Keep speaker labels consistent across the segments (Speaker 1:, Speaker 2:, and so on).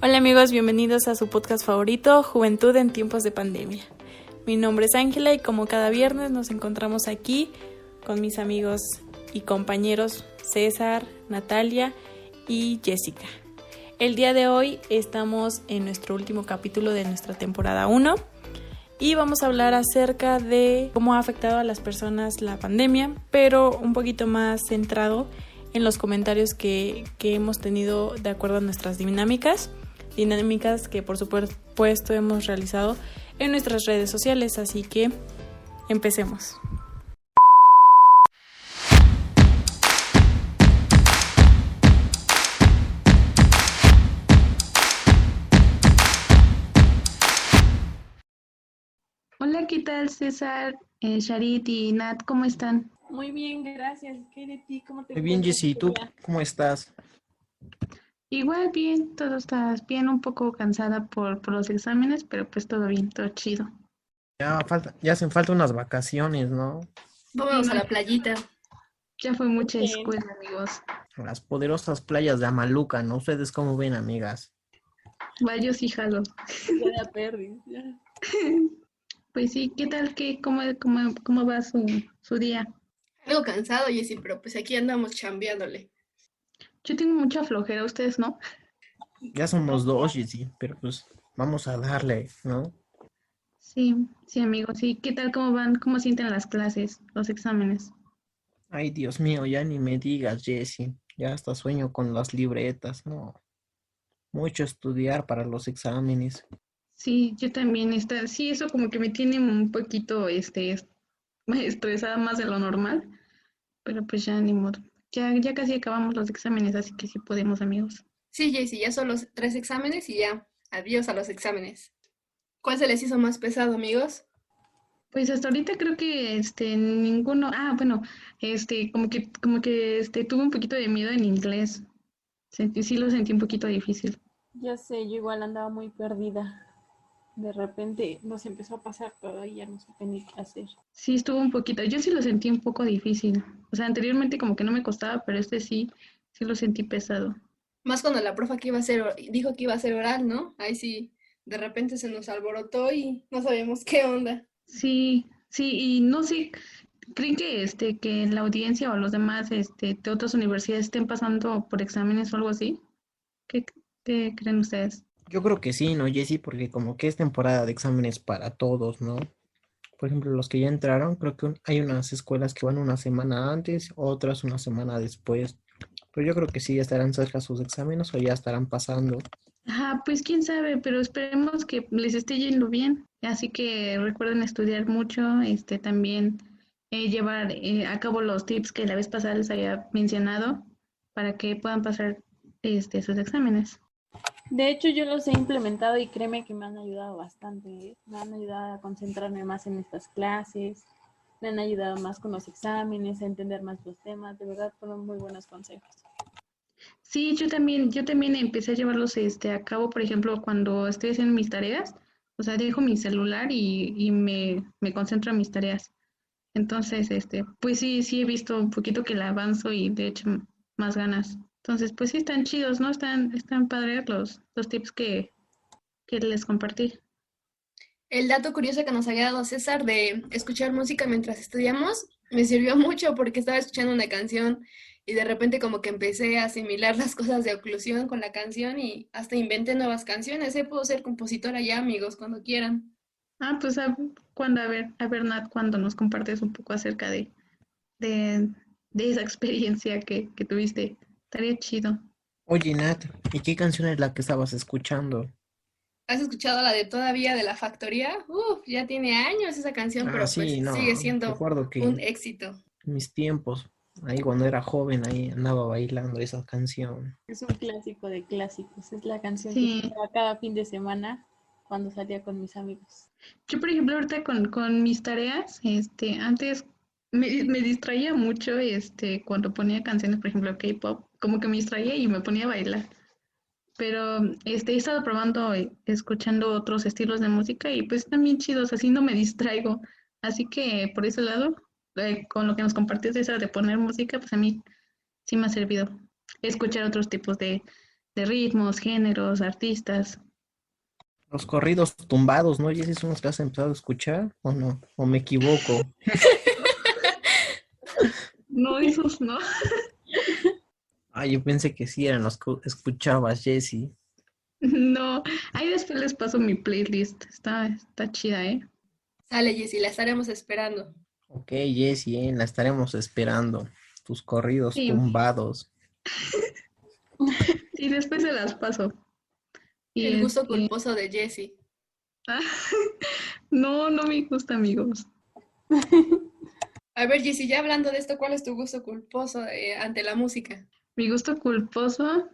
Speaker 1: Hola amigos, bienvenidos a su podcast favorito, Juventud en tiempos de pandemia. Mi nombre es Ángela y como cada viernes nos encontramos aquí con mis amigos y compañeros César, Natalia y Jessica. El día de hoy estamos en nuestro último capítulo de nuestra temporada 1 y vamos a hablar acerca de cómo ha afectado a las personas la pandemia, pero un poquito más centrado en los comentarios que hemos tenido de acuerdo a nuestras dinámicas que por supuesto hemos realizado en nuestras redes sociales, así que empecemos.
Speaker 2: Hola, ¿qué tal César, Sharit y Nat? ¿Cómo están?
Speaker 1: Muy bien, gracias. ¿Qué de ti? ¿Cómo te
Speaker 3: Muy bien,
Speaker 1: encuentras?
Speaker 3: Jessy, ¿tú cómo estás?
Speaker 2: Igual bien, todo está bien, un poco cansada por los exámenes, pero pues todo bien, todo chido.
Speaker 3: Ya hacen falta unas vacaciones, ¿no?
Speaker 2: Sí,
Speaker 4: Vámonos
Speaker 2: no,
Speaker 4: a la playita.
Speaker 2: ya fue mucha
Speaker 1: Bien.
Speaker 2: escuela, amigos.
Speaker 3: Las poderosas playas de Amaluca, ¿no? ¿Ustedes cómo ven, amigas?
Speaker 2: Vaya, sí, jalo.
Speaker 1: Ya la perdí. Ya.
Speaker 2: Pues sí, ¿qué tal? ¿Cómo va su día?
Speaker 4: Algo cansado, Jessy, pero pues aquí andamos chambeándole.
Speaker 2: Yo tengo mucha flojera, ¿ustedes no?
Speaker 3: Ya somos dos, Jessy, pero pues vamos a darle, ¿no?
Speaker 2: Sí, amigos, sí. ¿Qué tal? ¿Cómo van? ¿Cómo sienten las clases, los exámenes?
Speaker 3: Ay, Dios mío, ya ni me digas, Jessy. Ya hasta sueño con las libretas, ¿no? Mucho estudiar para los exámenes.
Speaker 2: Sí, yo también sí, eso como que me tiene un poquito, estresada más de lo normal. Pero pues ya ni modo. Ya casi acabamos los exámenes, así que sí podemos, amigos.
Speaker 4: Sí, Jessy, ya son los 3 exámenes y ya. Adiós a los exámenes. ¿Cuál se les hizo más pesado, amigos?
Speaker 2: Pues hasta ahorita creo que ninguno, bueno, tuve un poquito de miedo en inglés. Sí lo sentí un poquito difícil.
Speaker 1: Ya sé, yo igual andaba muy perdida. De repente nos empezó a pasar todo y ya no supe ni qué hacer.
Speaker 2: Sí estuvo un poquito, yo sí lo sentí un poco difícil. O sea, anteriormente como que no me costaba, pero sí lo sentí pesado.
Speaker 4: Más cuando la profa que iba a hacer, dijo que iba a ser oral, ¿no? Ahí sí, de repente se nos alborotó y no sabíamos qué onda.
Speaker 2: Sí, y no sé, ¿creen que que la audiencia o los demás de otras universidades estén pasando por exámenes o algo así? ¿Qué, qué creen ustedes?
Speaker 3: Yo creo que sí, ¿no, Jessy? Porque como que es temporada de exámenes para todos, ¿no? Por ejemplo, los que ya entraron, creo que hay unas escuelas que van una semana antes, otras una semana después. Pero yo creo que sí, ya estarán cerca sus exámenes o ya estarán pasando.
Speaker 2: Ajá, pues quién sabe, pero esperemos que les esté yendo bien. Así que recuerden estudiar mucho, también llevar a cabo los tips que la vez pasada les había mencionado para que puedan pasar sus exámenes.
Speaker 1: De hecho, yo los he implementado y créeme que me han ayudado bastante, ¿eh? Me han ayudado a concentrarme más en estas clases, me han ayudado más con los exámenes, a entender más los temas. De verdad, fueron muy buenos consejos.
Speaker 2: Sí, yo también empecé a llevarlos a cabo, por ejemplo, cuando estoy haciendo mis tareas, o sea, dejo mi celular y me concentro en mis tareas. Entonces, pues sí he visto un poquito que la avanzo y de hecho más ganas. Entonces, pues sí están chidos, ¿no? Están padres los tips que les compartí.
Speaker 4: El dato curioso que nos había dado César de escuchar música mientras estudiamos me sirvió mucho porque estaba escuchando una canción y de repente como que empecé a asimilar las cosas de oclusión con la canción y hasta inventé nuevas canciones. Puedo ser compositora ya, amigos, cuando quieran.
Speaker 2: Pues a ver, Nat, cuando nos compartes un poco acerca de, de esa experiencia que tuviste. Estaría chido.
Speaker 3: Oye, Nat, ¿y qué canción es la que estabas escuchando?
Speaker 4: ¿Has escuchado la de Todavía de la Factoría? Uf, ya tiene años esa canción,
Speaker 3: Ah,
Speaker 4: pero pues
Speaker 3: sí,
Speaker 4: sigue
Speaker 3: no,
Speaker 4: siendo
Speaker 3: recuerdo que
Speaker 4: un
Speaker 3: en
Speaker 4: éxito.
Speaker 3: mis tiempos, ahí cuando era joven, ahí andaba bailando esa canción.
Speaker 1: Es un clásico de clásicos. Es la canción que
Speaker 2: Sí.
Speaker 1: escuchaba cada fin de semana cuando salía con mis amigos.
Speaker 2: Yo, por ejemplo, ahorita con mis tareas, antes me distraía mucho, cuando ponía canciones, por ejemplo, K-pop, como que me distraía y me ponía a bailar. Pero, he estado probando, escuchando otros estilos de música y pues también chidos, así no me distraigo. Así que por ese lado, con lo que nos compartiste esa de poner música, pues a mí sí me ha servido escuchar otros tipos de ritmos, géneros, artistas.
Speaker 3: Los corridos tumbados, ¿no? Jessy, son los que has empezado a escuchar, ¿o no? ¿O me equivoco?
Speaker 2: No, esos no.
Speaker 3: Ah, yo pensé que sí eran los que escuchabas, Jessy.
Speaker 2: No, ahí después les paso mi playlist. Está chida, ¿eh?
Speaker 4: Sale, Jessy, la estaremos esperando.
Speaker 3: Ok, Jessy, la estaremos esperando. Tus corridos
Speaker 2: Sí,
Speaker 3: tumbados.
Speaker 2: sí, después se las paso. Y
Speaker 4: El gusto culposo de Jessy.
Speaker 2: ah, no me gusta, amigos.
Speaker 4: A ver, Jessy, ya hablando de esto, ¿cuál es tu gusto culposo ante la música?
Speaker 2: Mi gusto culposo,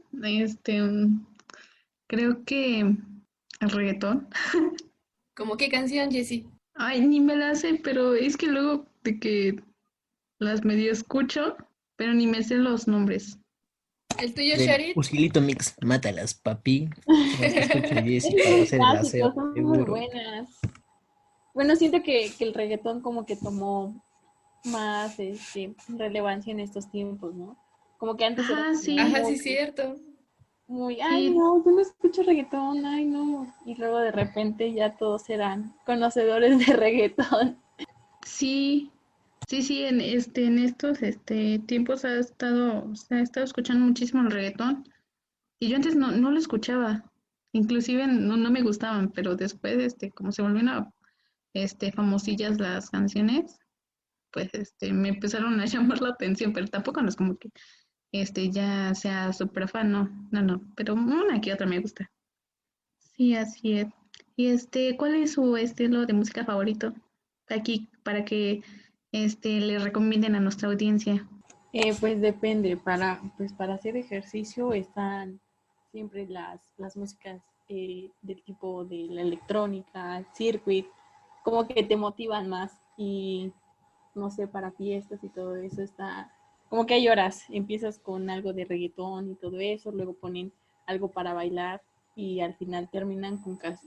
Speaker 2: creo que el reggaetón.
Speaker 4: ¿Cómo qué canción, Jessy?
Speaker 2: Ay, ni me la sé, pero es que luego de que las medio escucho, pero ni me sé los nombres.
Speaker 4: ¿El tuyo,
Speaker 3: Del
Speaker 4: Sharit?
Speaker 3: Usilito Mix, mátalas, papi. Son las que escucha Jessy para hacer el aseo,
Speaker 1: Clásicos, son muy
Speaker 3: seguro.
Speaker 1: buenas. Bueno, siento que el reggaetón como que tomó más relevancia en estos tiempos, ¿no? Como que antes era
Speaker 2: Ah,
Speaker 1: como
Speaker 2: sí,
Speaker 4: Ajá, sí, cierto.
Speaker 1: muy, ay,
Speaker 2: sí,
Speaker 1: no, yo no escucho reggaetón, ay, no. Y luego de repente ya todos eran conocedores de reggaetón.
Speaker 2: sí, sí, en estos tiempos se ha estado escuchando muchísimo el reggaetón. Y yo antes no lo escuchaba. Inclusive no me gustaban, pero después, como se volvieron famosillas las canciones, pues me empezaron a llamar la atención, pero tampoco no es como que ya sea súper fan, no, pero una que otra me gusta. Sí, así es. Y ¿cuál es su estilo de música favorito? Aquí, para que le recomienden a nuestra audiencia.
Speaker 1: Pues depende, para hacer ejercicio están siempre las músicas del tipo de la electrónica, circuit, como que te motivan más y no sé, para fiestas y todo eso está, como que hay horas, empiezas con algo de reggaetón y todo eso, luego ponen algo para bailar y al final terminan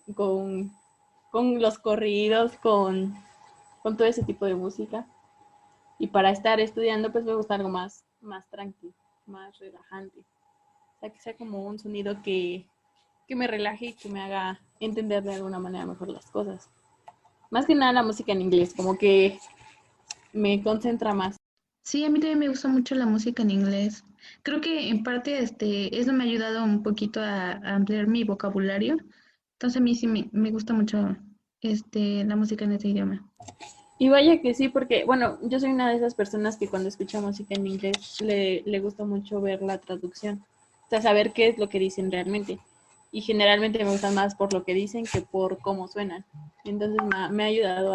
Speaker 1: con los corridos, con todo ese tipo de música. Y para estar estudiando, pues me gusta algo más tranquilo, más relajante. O sea, que sea como un sonido que me relaje y que me haga entender de alguna manera mejor las cosas. Más que nada la música en inglés, como que me concentra más.
Speaker 2: Sí, a mí también me gusta mucho la música en inglés. Creo que en parte eso me ha ayudado un poquito a ampliar mi vocabulario. Entonces a mí sí me gusta mucho la música en ese idioma.
Speaker 1: Y vaya que sí, porque, bueno, yo soy una de esas personas que cuando escucha música en inglés le gusta mucho ver la traducción. O sea, saber qué es lo que dicen realmente. Y generalmente me gustan más por lo que dicen que por cómo suenan. Entonces me ha ayudado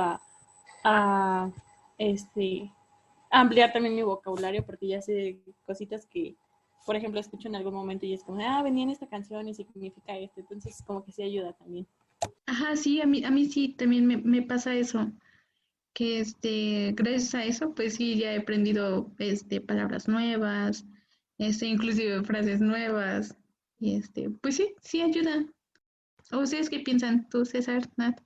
Speaker 1: a este, ampliar también mi vocabulario porque ya sé cositas que, por ejemplo, escucho en algún momento y es como, venía en esta canción y significa esto. Entonces, como que sí ayuda también.
Speaker 2: Ajá, sí, a mí sí también me pasa eso, que gracias a eso, pues sí, ya he aprendido palabras nuevas, inclusive frases nuevas, y pues sí ayuda. ¿O ustedes qué piensan? ¿Tú, César, Nat?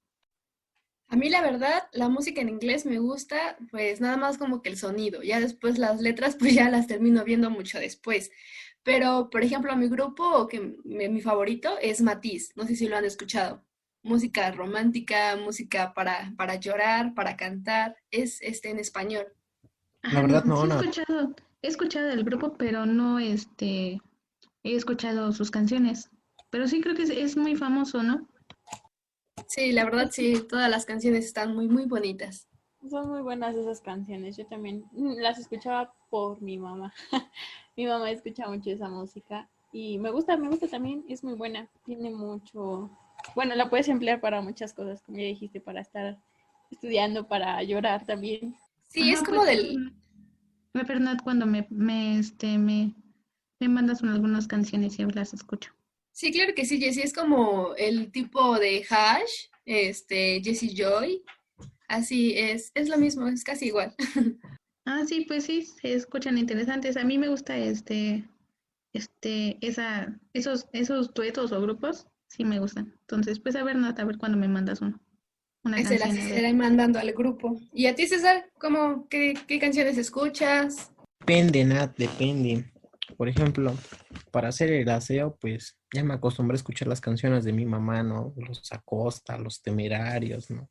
Speaker 4: A mí la verdad, la música en inglés me gusta, pues nada más como que el sonido. Ya después las letras, pues ya las termino viendo mucho después. Pero, por ejemplo, mi grupo, mi favorito es Matiz. No sé si lo han escuchado. Música romántica, música para llorar, para cantar. Es en español.
Speaker 3: La
Speaker 2: Ajá,
Speaker 3: verdad,
Speaker 2: no,
Speaker 3: no,
Speaker 2: sí
Speaker 3: no.
Speaker 2: he escuchado el grupo, pero no, he escuchado sus canciones. Pero sí creo que es muy famoso, ¿no?
Speaker 4: Sí, la verdad sí, todas las canciones están muy, muy bonitas.
Speaker 1: Son muy buenas esas canciones. Yo también las escuchaba por mi mamá. Mi mamá escucha mucho esa música y me gusta también. Es muy buena. Tiene mucho. Bueno, la puedes emplear para muchas cosas, como ya dijiste, para estar estudiando, para llorar también.
Speaker 4: Sí, es
Speaker 2: Ajá,
Speaker 4: como
Speaker 2: pues
Speaker 4: del.
Speaker 2: Nat, cuando me mandas algunas canciones y las escucho.
Speaker 4: Sí, claro que sí, Jessie, es como el tipo de Hash, Jessie Joy. Así es lo mismo, es casi igual.
Speaker 2: Ah, sí, pues sí, se escuchan interesantes. A mí me gusta esos duetos o grupos, sí me gustan. Entonces, pues a ver, Nat, a ver cuándo me mandas una
Speaker 4: Ahí se las
Speaker 2: canción, a ver.
Speaker 4: estaré mandando al grupo. ¿Y a ti, César? ¿Qué canciones escuchas?
Speaker 3: Depende, Nat, depende. Por ejemplo, para hacer el aseo, pues ya me acostumbré a escuchar las canciones de mi mamá, ¿no? Los Acosta, los Temerarios, ¿no?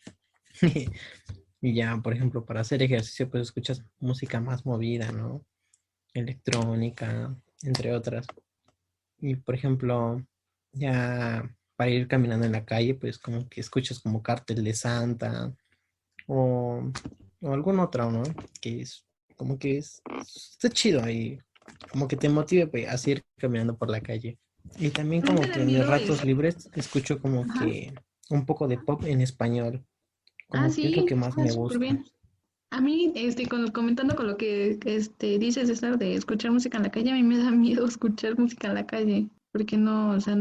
Speaker 3: Y ya, por ejemplo, para hacer ejercicio, pues escuchas música más movida, ¿no? Electrónica, entre otras. Y, por ejemplo, ya para ir caminando en la calle, pues como que escuchas como Cártel de Santa o, o algún otro, ¿no? Que es como que está chido y como que te motive pues, a seguir caminando por la calle. Y también
Speaker 2: ¿No te
Speaker 3: como
Speaker 2: da
Speaker 3: que en mis
Speaker 2: miedo
Speaker 3: ratos libres escucho como
Speaker 2: Ajá.
Speaker 3: que un poco de pop en español,
Speaker 2: Ah,
Speaker 3: como que es lo que
Speaker 2: sí,
Speaker 3: más
Speaker 2: está
Speaker 3: me
Speaker 2: súper
Speaker 3: gusta.
Speaker 2: bien. A mí, comentando con lo que dices, César, de escuchar música en la calle, a mí me da miedo escuchar música en la calle, porque no, o sea,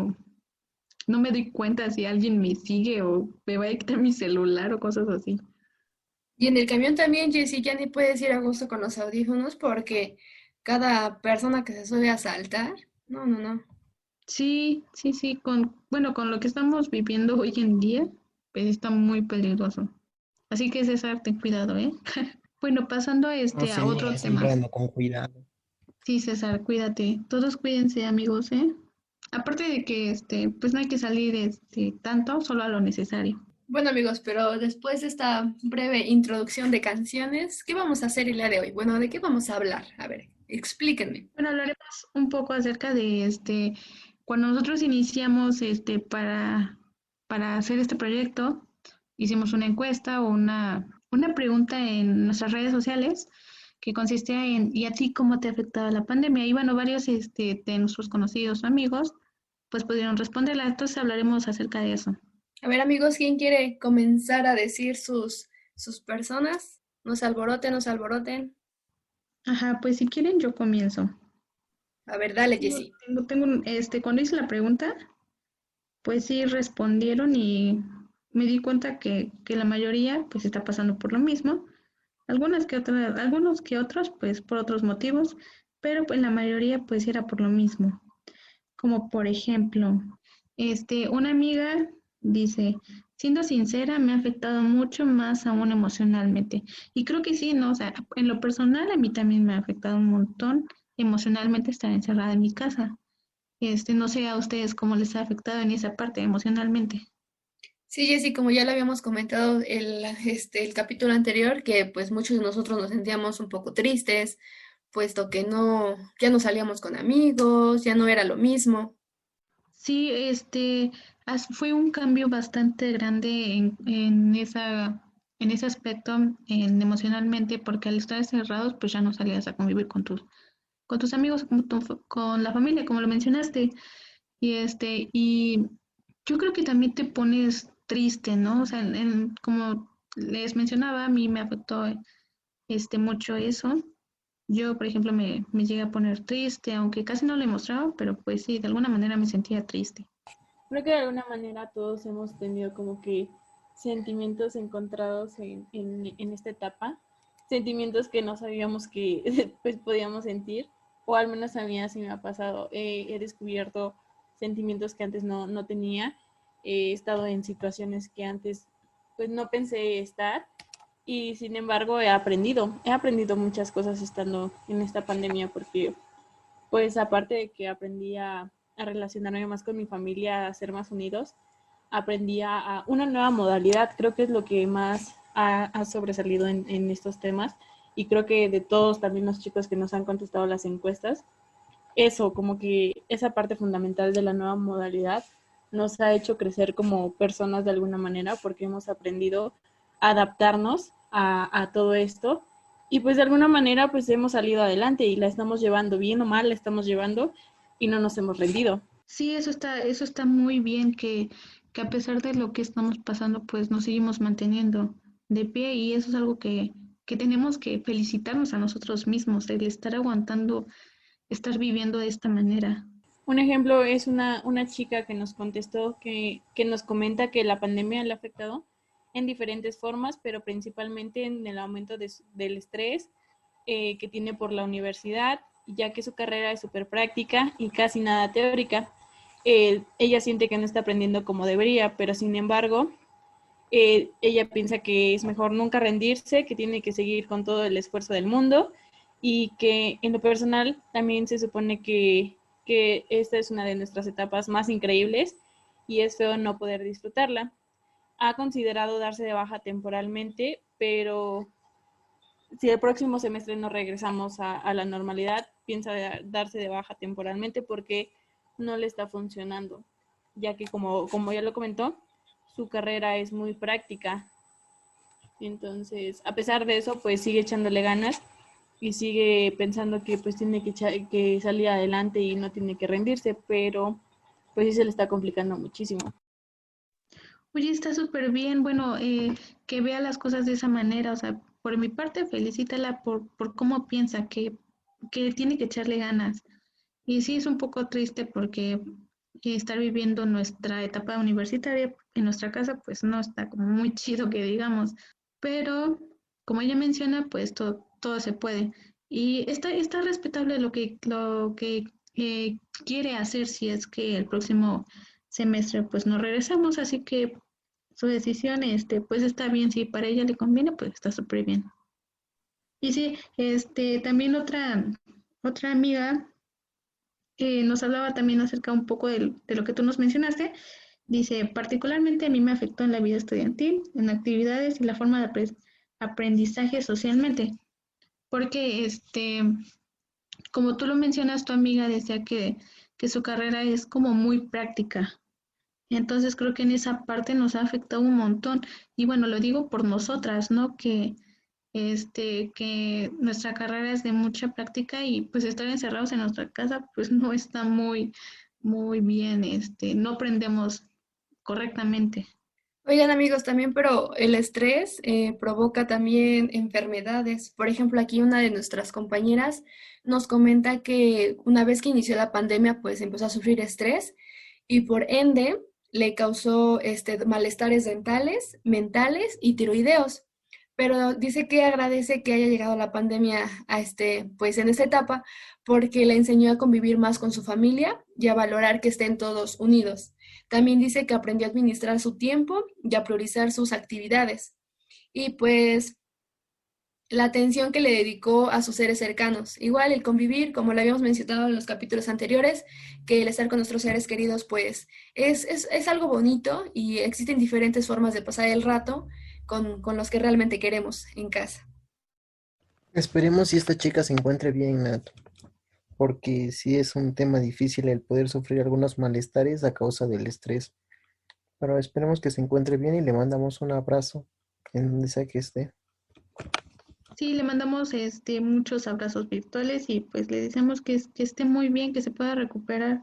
Speaker 2: no me doy cuenta si alguien me sigue o me va a quitar mi celular o cosas así.
Speaker 4: Y en el camión también, Jessy, ya ni puedes ir a gusto con los audífonos porque cada persona que se sube a saltar, no, no, no.
Speaker 2: Sí, sí, sí, bueno, con lo que estamos viviendo hoy en día, pues está muy peligroso. Así que César, ten cuidado, ¿eh? Bueno, pasando
Speaker 3: No
Speaker 2: a
Speaker 3: sé,
Speaker 2: otro
Speaker 3: amiga, siempre
Speaker 2: tema.
Speaker 3: ando con cuidado.
Speaker 2: Sí, César, cuídate. Todos cuídense, amigos, ¿eh? Aparte de que, pues no hay que salir, tanto, solo a lo necesario.
Speaker 4: Bueno, amigos, pero después de esta breve introducción de canciones, ¿qué vamos a hacer el día de hoy? Bueno, ¿de qué vamos a hablar? A ver, explíquenme.
Speaker 2: Bueno, hablaremos un poco acerca de, cuando nosotros iniciamos, para hacer este proyecto, hicimos una encuesta o una pregunta en nuestras redes sociales que consistía en, ¿y a ti cómo te ha afectado la pandemia? Y bueno, varios, de nuestros conocidos o amigos, pues pudieron responderla. Entonces hablaremos acerca de eso.
Speaker 4: A ver, amigos, ¿quién quiere comenzar a decir sus personas? No se alboroten, no se alboroten.
Speaker 2: Ajá, pues si quieren yo comienzo.
Speaker 4: A ver, dale, Jessy.
Speaker 2: Cuando hice la pregunta, pues sí respondieron y me di cuenta que la mayoría pues está pasando por lo mismo. Algunos que otros pues por otros motivos, pero pues la mayoría pues era por lo mismo. Como por ejemplo, una amiga dice, siendo sincera, me ha afectado mucho más aún emocionalmente. Y creo que sí, ¿no? O sea, en lo personal a mí también me ha afectado un montón emocionalmente estar encerrada en mi casa. No sé a ustedes cómo les ha afectado en esa parte emocionalmente.
Speaker 4: Sí, Jessy, como ya lo habíamos comentado el capítulo anterior, que pues muchos de nosotros nos sentíamos un poco tristes, puesto que no, ya no salíamos con amigos, ya no era lo mismo.
Speaker 2: Sí, fue un cambio bastante grande en ese aspecto, emocionalmente, porque al estar encerrados, pues ya no salías a convivir con tus amigos, con la familia, como lo mencionaste. Y yo creo que también te pones triste, ¿no? O sea, como les mencionaba, a mí me afectó, mucho eso. Yo, por ejemplo, me llegué a poner triste, aunque casi no lo he mostrado, pero pues sí, de alguna manera me sentía triste.
Speaker 1: Creo que de alguna manera todos hemos tenido como que sentimientos encontrados en esta etapa, sentimientos que no sabíamos que pues podíamos sentir, o al menos a mí así me ha pasado. He descubierto sentimientos que antes no tenía, he estado en situaciones que antes pues no pensé estar y sin embargo he aprendido muchas cosas estando en esta pandemia porque pues aparte de que aprendí a relacionarme más con mi familia, a ser más unidos, aprendí a una nueva modalidad, creo que es lo que más ha sobresalido en estos temas y creo que de todos también los chicos que nos han contestado las encuestas, eso, como que esa parte fundamental de la nueva modalidad nos ha hecho crecer como personas de alguna manera porque hemos aprendido a adaptarnos a todo esto y pues de alguna manera pues hemos salido adelante y la estamos llevando bien o mal, la estamos llevando y no nos hemos rendido.
Speaker 2: Sí, eso está muy bien que a pesar de lo que estamos pasando, pues nos seguimos manteniendo de pie y eso es algo que tenemos que felicitarnos a nosotros mismos, el estar aguantando, estar viviendo de esta manera.
Speaker 1: Un ejemplo es una chica que nos contestó que nos comenta que la pandemia le ha afectado en diferentes formas, pero principalmente en el aumento del estrés que tiene por la universidad, ya que su carrera es súper práctica y casi nada teórica. Ella siente que no está aprendiendo como debería, pero sin embargo, ella piensa que es mejor nunca rendirse, que tiene que seguir con todo el esfuerzo del mundo y que en lo personal también se supone que esta es una de nuestras etapas más increíbles y es feo no poder disfrutarla. Ha considerado darse de baja temporalmente, pero si el próximo semestre no regresamos a la normalidad, piensa darse de baja temporalmente porque no le está funcionando, ya que como ya lo comentó, su carrera es muy práctica. Entonces, a pesar de eso, pues sigue echándole ganas y sigue pensando que pues tiene que salir adelante y no tiene que rendirse, pero pues sí se le está complicando muchísimo.
Speaker 2: Oye, está súper bien, bueno, que vea las cosas de esa manera, o sea, por mi parte, felicítala por cómo piensa, que tiene que echarle ganas. Y sí es un poco triste porque estar viviendo nuestra etapa universitaria en nuestra casa, pues no está como muy chido que digamos, pero como ella menciona, pues todo se puede. Y está respetable lo que quiere hacer si es que el próximo semestre pues no regresamos, así que su decisión pues está bien, si para ella le conviene, pues está súper bien. Y sí, también otra amiga nos hablaba también acerca un poco de lo que tú nos mencionaste. Dice, particularmente a mí me afectó en la vida estudiantil, en actividades y la forma de aprendizaje socialmente, porque como tú lo mencionas, tu amiga decía que su carrera es como muy práctica. Entonces creo que en esa parte nos ha afectado un montón. Y bueno, lo digo por nosotras, ¿no? Que nuestra carrera es de mucha práctica y pues estar encerrados en nuestra casa pues no está muy bien, no aprendemos correctamente.
Speaker 4: Oigan amigos, también, pero el estrés provoca también enfermedades. Por ejemplo, aquí una de nuestras compañeras nos comenta que una vez que inició la pandemia, pues empezó a sufrir estrés y por ende le causó malestares dentales, mentales y tiroideos. Pero dice que agradece que haya llegado la pandemia a pues en esta etapa, porque le enseñó a convivir más con su familia y a valorar que estén todos unidos. También dice que aprendió a administrar su tiempo y a priorizar sus actividades. Y pues la atención que le dedicó a sus seres cercanos. Igual el convivir, como lo habíamos mencionado en los capítulos anteriores, que el estar con nuestros seres queridos, pues es algo bonito y existen diferentes formas de pasar el rato con los que realmente queremos en casa.
Speaker 3: Esperemos si esta chica se encuentre bien, Nat, porque sí es un tema difícil el poder sufrir algunos malestares a causa del estrés. Pero esperemos que se encuentre bien y le mandamos un abrazo en donde sea que esté.
Speaker 2: Sí, le mandamos muchos abrazos virtuales y pues le deseamos que esté muy bien, que se pueda recuperar.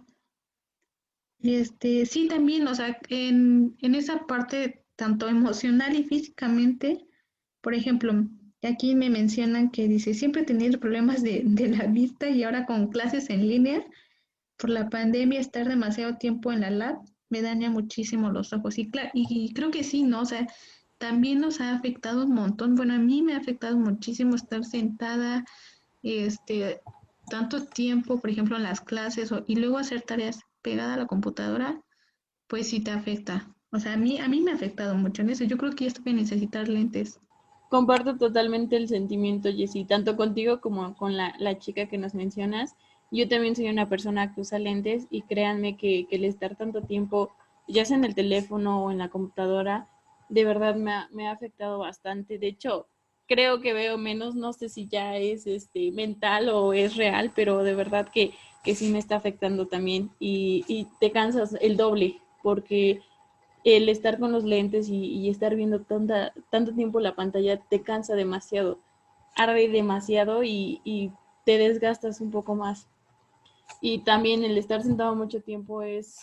Speaker 2: Y sí, también, o sea, en esa parte tanto emocional y físicamente, por ejemplo, aquí me mencionan que dice, siempre he tenido problemas de la vista y ahora con clases en línea, por la pandemia, estar demasiado tiempo en la lab me daña muchísimo los ojos. Y creo que sí, ¿no? O sea, también nos ha afectado un montón. Bueno, a mí me ha afectado muchísimo estar sentada, este, tanto tiempo, por ejemplo, en las clases y luego hacer tareas pegada a la computadora, pues sí te afecta. O sea, a mí me ha afectado mucho en eso. Yo creo que ya estoy a necesitar lentes.
Speaker 1: Comparto totalmente el sentimiento, Jessy, tanto contigo como con la chica que nos mencionas. Yo también soy una persona que usa lentes y créanme que el estar tanto tiempo, ya sea en el teléfono o en la computadora, de verdad me ha afectado bastante. De hecho, creo que veo menos, no sé si ya es mental o es real, pero de verdad que sí me está afectando también y te cansas el doble porque el estar con los lentes y estar viendo tanto tiempo la pantalla te cansa demasiado, arde demasiado y te desgastas un poco más. Y también el estar sentado mucho tiempo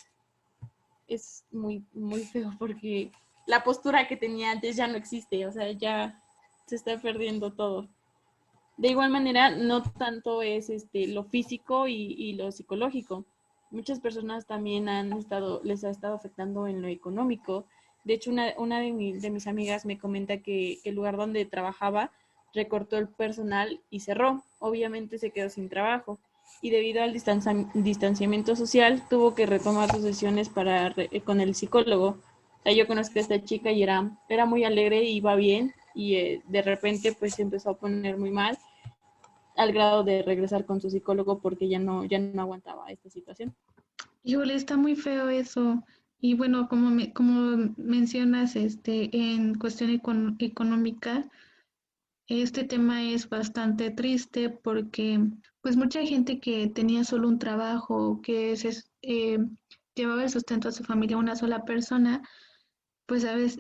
Speaker 1: es muy feo porque la postura que tenía antes ya no existe, o sea, ya se está perdiendo todo. De igual manera, no tanto es lo físico y lo psicológico. Muchas personas también les ha estado afectando en lo económico. De hecho, una de mis amigas me comenta que el lugar donde trabajaba recortó el personal y cerró. Obviamente se quedó sin trabajo. Y debido al distanciamiento social, tuvo que retomar sus sesiones con el psicólogo. O sea, yo conozco a esta chica y era muy alegre, iba bien, y de repente pues se empezó a poner muy mal al grado de regresar con su psicólogo porque ya no aguantaba esta situación.
Speaker 2: Híjole, está muy feo eso. Y bueno, como mencionas, en cuestión económica, este tema es bastante triste porque pues mucha gente que tenía solo un trabajo, llevaba el sustento a su familia una sola persona, pues sabes,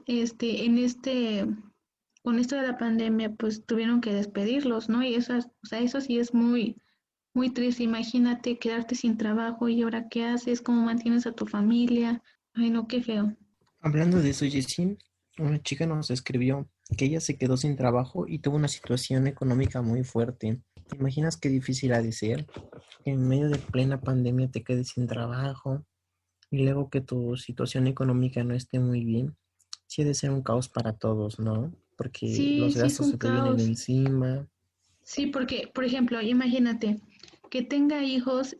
Speaker 2: con esto de la pandemia, pues tuvieron que despedirlos, ¿no? Y eso, o sea, eso sí es muy, muy triste. Imagínate quedarte sin trabajo y ahora qué haces, cómo mantienes a tu familia. Ay, no, qué feo.
Speaker 3: Hablando de eso, Jessie, una chica nos escribió que ella se quedó sin trabajo y tuvo una situación económica muy fuerte. ¿Te imaginas qué difícil ha de ser que en medio de plena pandemia te quedes sin trabajo y luego que tu situación económica no esté muy bien? Sí ha de ser un caos para todos, ¿no? Porque
Speaker 2: Sí,
Speaker 3: los
Speaker 2: sí es
Speaker 3: gastos
Speaker 2: un
Speaker 3: se te vienen
Speaker 2: caos.
Speaker 3: encima.
Speaker 2: Sí, porque, por ejemplo, imagínate que tenga hijos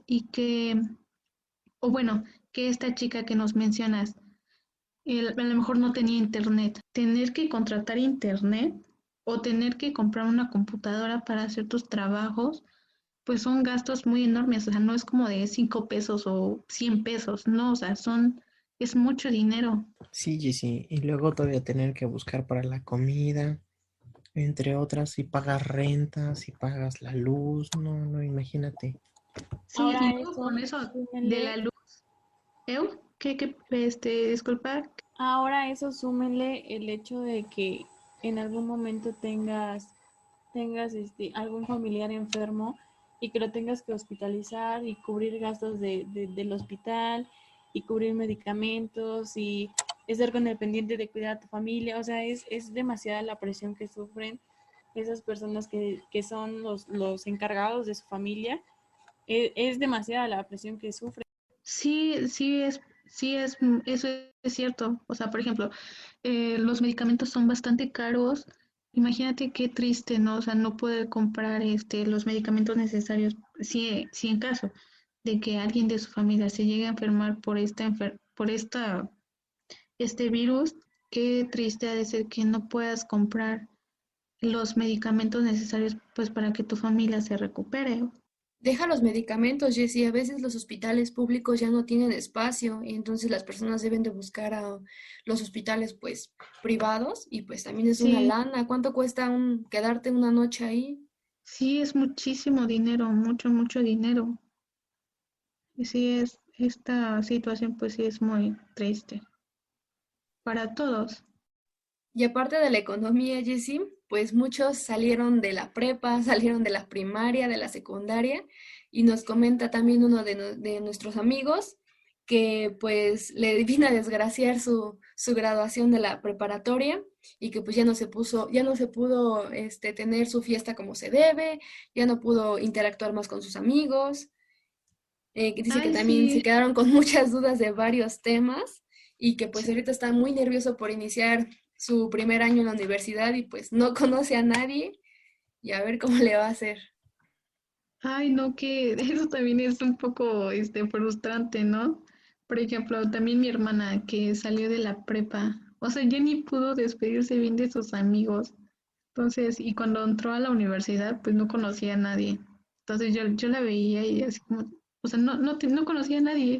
Speaker 2: o bueno, que esta chica que nos mencionas, a lo mejor no tenía internet. Tener que contratar internet o tener que comprar una computadora para hacer tus trabajos, pues son gastos muy enormes. O sea, no es como de 5 pesos o 100 pesos, no, o sea, es mucho dinero.
Speaker 3: Sí, Jessie, y luego todavía tener que buscar para la comida, entre otras, si pagas renta, si pagas la luz, no, no, imagínate.
Speaker 2: Sí, y
Speaker 1: Ahora
Speaker 2: luego con
Speaker 1: eso,
Speaker 2: eso de la
Speaker 1: súmenle,
Speaker 2: luz, disculpa.
Speaker 1: ahora eso súmenle el hecho de que en algún momento tengas algún familiar enfermo y que lo tengas que hospitalizar y cubrir gastos del hospital y cubrir medicamentos y estar con el pendiente de cuidar a tu familia. O sea, es demasiada la presión que sufren esas personas que son los encargados de su familia. Es demasiada la presión que sufren.
Speaker 2: Sí, eso es cierto. O sea, por ejemplo, los medicamentos son bastante caros. Imagínate qué triste, ¿no? O sea, no poder comprar los medicamentos necesarios si en caso de que alguien de su familia se llegue a enfermar por este virus, qué triste ha de ser que no puedas comprar los medicamentos necesarios pues para que tu familia se recupere.
Speaker 4: Deja los medicamentos, Jessie. A veces los hospitales públicos ya no tienen espacio y entonces las personas deben de buscar a los hospitales pues privados y pues también es una
Speaker 2: Sí,
Speaker 4: lana. ¿Cuánto cuesta quedarte una noche ahí?
Speaker 2: sí, es muchísimo dinero, mucho, mucho dinero. Y sí, esta situación pues sí es muy triste para todos.
Speaker 4: Y aparte de la economía, Jessie, pues muchos salieron de la prepa, salieron de la primaria, de la secundaria, y nos comenta también uno de nuestros amigos que pues le vino a desgraciar su graduación de la preparatoria y que pues ya no se pudo tener su fiesta como se debe, ya no pudo interactuar más con sus amigos, que dice que
Speaker 2: Ay,
Speaker 4: también se
Speaker 2: sí,
Speaker 4: quedaron con muchas dudas de varios temas y que pues ahorita está muy nervioso por iniciar su primer año en la universidad y pues no conoce a nadie y a ver cómo le va a hacer.
Speaker 2: ay, no, que eso también es un poco frustrante, ¿no? Por ejemplo, también mi hermana que salió de la prepa, o sea, ya ni pudo despedirse bien de sus amigos. Entonces, y cuando entró a la universidad, pues no conocía a nadie. Entonces yo la veía y así como, o sea, no conocía a nadie.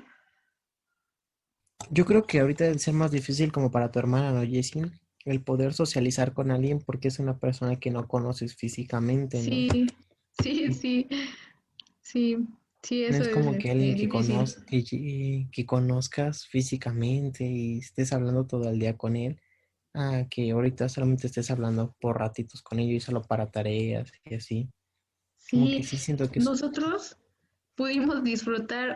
Speaker 3: Yo creo que ahorita debe ser más difícil como para tu hermana, ¿no, Jessie? El poder socializar con alguien porque es una persona que no conoces físicamente, ¿no?
Speaker 2: Sí, sí, sí, sí, sí,
Speaker 3: No
Speaker 2: eso
Speaker 3: es
Speaker 2: es
Speaker 3: como que alguien
Speaker 2: difícil.
Speaker 3: que conozcas físicamente y estés hablando todo el día con él, que ahorita solamente estés hablando por ratitos con ellos y solo para tareas y así. Como que
Speaker 2: Sí,
Speaker 3: sí siento que es.
Speaker 2: nosotros pudimos disfrutar